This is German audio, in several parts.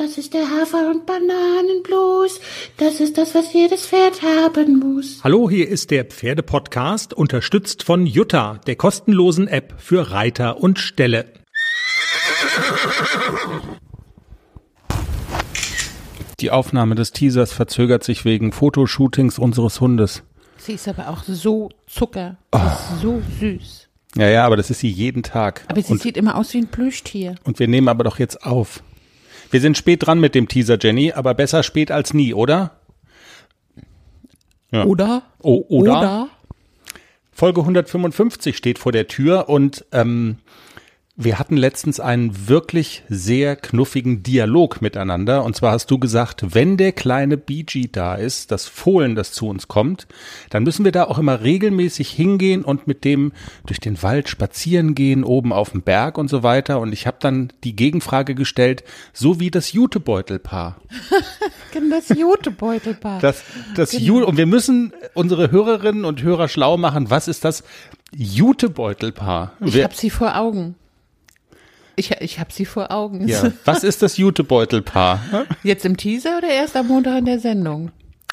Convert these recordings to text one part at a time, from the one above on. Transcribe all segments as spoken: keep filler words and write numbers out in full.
Das ist der Hafer- und Bananenblues. Das ist das, was jedes Pferd haben muss. Hallo, hier ist der Pferdepodcast, unterstützt von Jutta, der kostenlosen App für Reiter und Ställe. Die Aufnahme des Teasers verzögert sich wegen Fotoshootings unseres Hundes. Sie ist aber auch so Zucker. Sie Oh. ist so süß. Ja, ja, aber das ist sie jeden Tag. Aber sie und, sieht immer aus wie ein Plüschtier. und wir nehmen aber doch jetzt auf. Wir sind spät dran mit dem Teaser, Jenny, aber besser spät als nie, oder? Ja. Oder? Oh, oder? Oder? Folge hundertfünfundfünfzig steht vor der Tür und ähm, wir hatten letztens einen wirklich sehr knuffigen Dialog miteinander. Und zwar hast du gesagt, wenn der kleine B G da ist, das Fohlen, das zu uns kommt, dann müssen wir da auch immer regelmäßig hingehen und mit dem durch den Wald spazieren gehen, oben auf dem Berg und so weiter. Und ich habe dann die Gegenfrage gestellt, so wie das Jutebeutelpaar. Das Jutebeutelpaar. Das, das Genau. Ju- und wir müssen unsere Hörerinnen und Hörer schlau machen, was ist das Jutebeutelpaar? Ich Wer- habe sie vor Augen. Ich, ich habe sie vor Augen. Ja, was ist das Jutebeutelpaar? Jetzt im Teaser oder erst am Montag in der Sendung?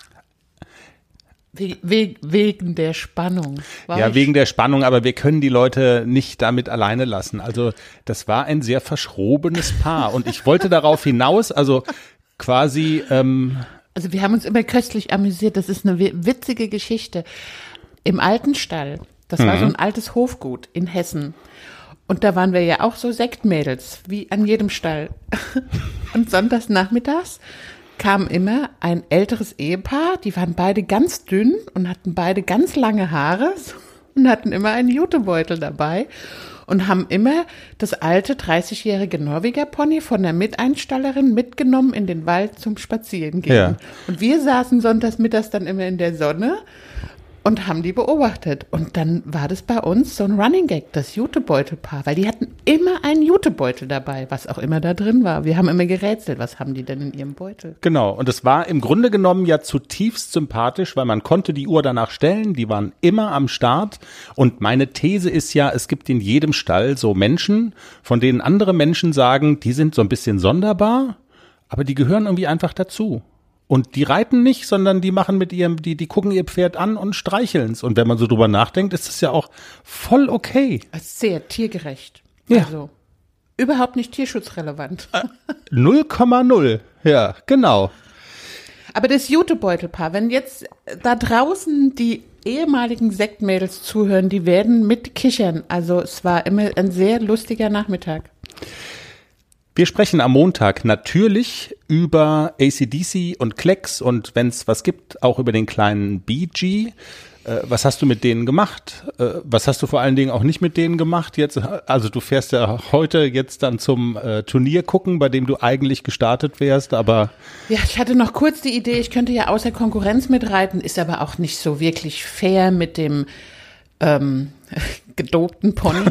We we wegen der Spannung. War Ja, ich- wegen der Spannung, aber wir können die Leute nicht damit alleine lassen. Also das war ein sehr verschrobenes Paar und ich wollte darauf hinaus, also quasi, ähm, Also wir haben uns immer köstlich amüsiert. Das ist eine wi- witzige Geschichte. Im alten Stall, das war so ein altes Hofgut in Hessen. Und da waren wir ja auch so Sektmädels, wie an jedem Stall. Und sonntags nachmittags kam immer ein älteres Ehepaar, die waren beide ganz dünn und hatten beide ganz lange Haare und hatten immer einen Jutebeutel dabei und haben immer das alte dreißigjährige Norweger Pony von der Miteinstallerin mitgenommen in den Wald zum Spazierengehen. Ja. Und wir saßen sonntags mittags dann immer in der Sonne und haben die beobachtet. Und dann war das bei uns so ein Running Gag, das Jutebeutelpaar, weil die hatten immer einen Jutebeutel dabei, was auch immer da drin war. Wir haben immer gerätselt, was haben die denn in ihrem Beutel? genau. Und es war im Grunde genommen ja zutiefst sympathisch, weil man konnte die Uhr danach stellen, die waren immer am Start. Und meine These ist ja, es gibt in jedem Stall so Menschen, von denen andere Menschen sagen, die sind so ein bisschen sonderbar, aber die gehören irgendwie einfach dazu. Und die reiten nicht, sondern die machen mit ihrem, die, die gucken ihr Pferd an und streicheln's. Und wenn man so drüber nachdenkt, ist das ja auch voll okay. Sehr tiergerecht. Ja. Also überhaupt nicht tierschutzrelevant. null Komma null. Ja, genau. Aber das Jutebeutelpaar, wenn jetzt da draußen die ehemaligen Sektmädels zuhören, die werden mitkichern. Also es war immer ein sehr lustiger Nachmittag. Wir sprechen am Montag natürlich über A C D C und Klecks und wenn es was gibt, auch über den kleinen B G. Äh, was hast du mit denen gemacht? Äh, was hast du vor allen Dingen auch nicht mit denen gemacht? Jetzt, also du fährst ja heute jetzt dann zum äh, Turnier gucken, bei dem du eigentlich gestartet wärst, aber Ja, ich hatte noch kurz die Idee, ich könnte ja außer Konkurrenz mitreiten, ist aber auch nicht so wirklich fair mit dem ähm, gedobten Pony.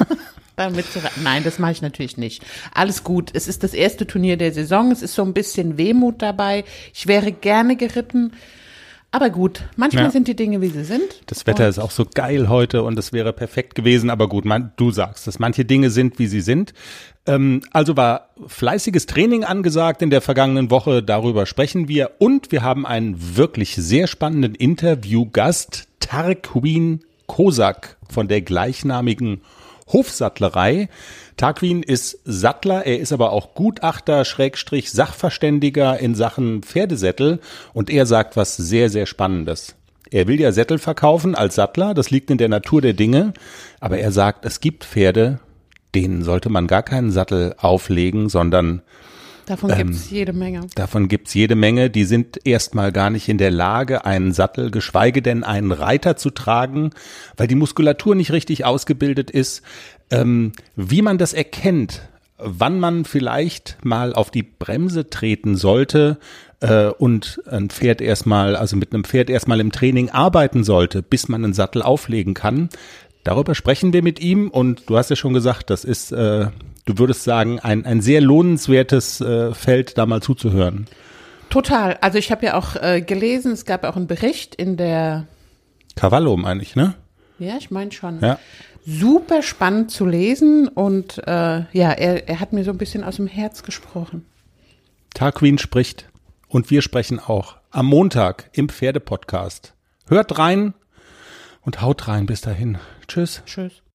Da mitzureiten. Nein, das mache ich natürlich nicht. Alles gut. Es ist das erste Turnier der Saison. Es ist so ein bisschen Wehmut dabei. Ich wäre gerne geritten. Aber gut, manchmal Ja. sind die Dinge, wie sie sind. das Wetter Und ist auch so geil heute und es wäre perfekt gewesen, aber gut, man, du sagst, dass manche Dinge sind, wie sie sind. Ähm, also war fleißiges Training angesagt in der vergangenen Woche, darüber sprechen wir und wir haben einen wirklich sehr spannenden Interviewgast, Tarquin Kosak von der gleichnamigen Hofsattlerei. Tarquin ist Sattler, er ist aber auch Gutachter, Schrägstrich Sachverständiger in Sachen Pferdesättel und er sagt was sehr, sehr Spannendes. Er will ja Sättel verkaufen als Sattler, das liegt in der Natur der Dinge, aber er sagt, es gibt Pferde, denen sollte man gar keinen Sattel auflegen, sondern davon gibt es jede Menge. davon gibt's jede Menge, die sind erstmal gar nicht in der Lage, einen Sattel, geschweige denn einen Reiter zu tragen, weil die Muskulatur nicht richtig ausgebildet ist. Ähm, wie man das erkennt, wann man vielleicht mal auf die Bremse treten sollte äh, und ein Pferd erstmal, also mit einem Pferd erstmal im Training arbeiten sollte, bis man einen Sattel auflegen kann, darüber sprechen wir mit ihm und du hast ja schon gesagt, das ist, äh, du würdest sagen, ein, ein sehr lohnenswertes äh, Feld, da mal zuzuhören. Total. Also ich habe ja auch äh, gelesen, es gab auch einen Bericht in der, Cavallo meine ich, ne? ja, ich meine schon, Ja. super spannend zu lesen und äh, ja, er, er hat mir so ein bisschen aus dem Herz gesprochen. Tarquin spricht und wir sprechen auch am Montag im Pferdepodcast. Hört rein und haut rein. Bis dahin. Tschüss. Tschüss.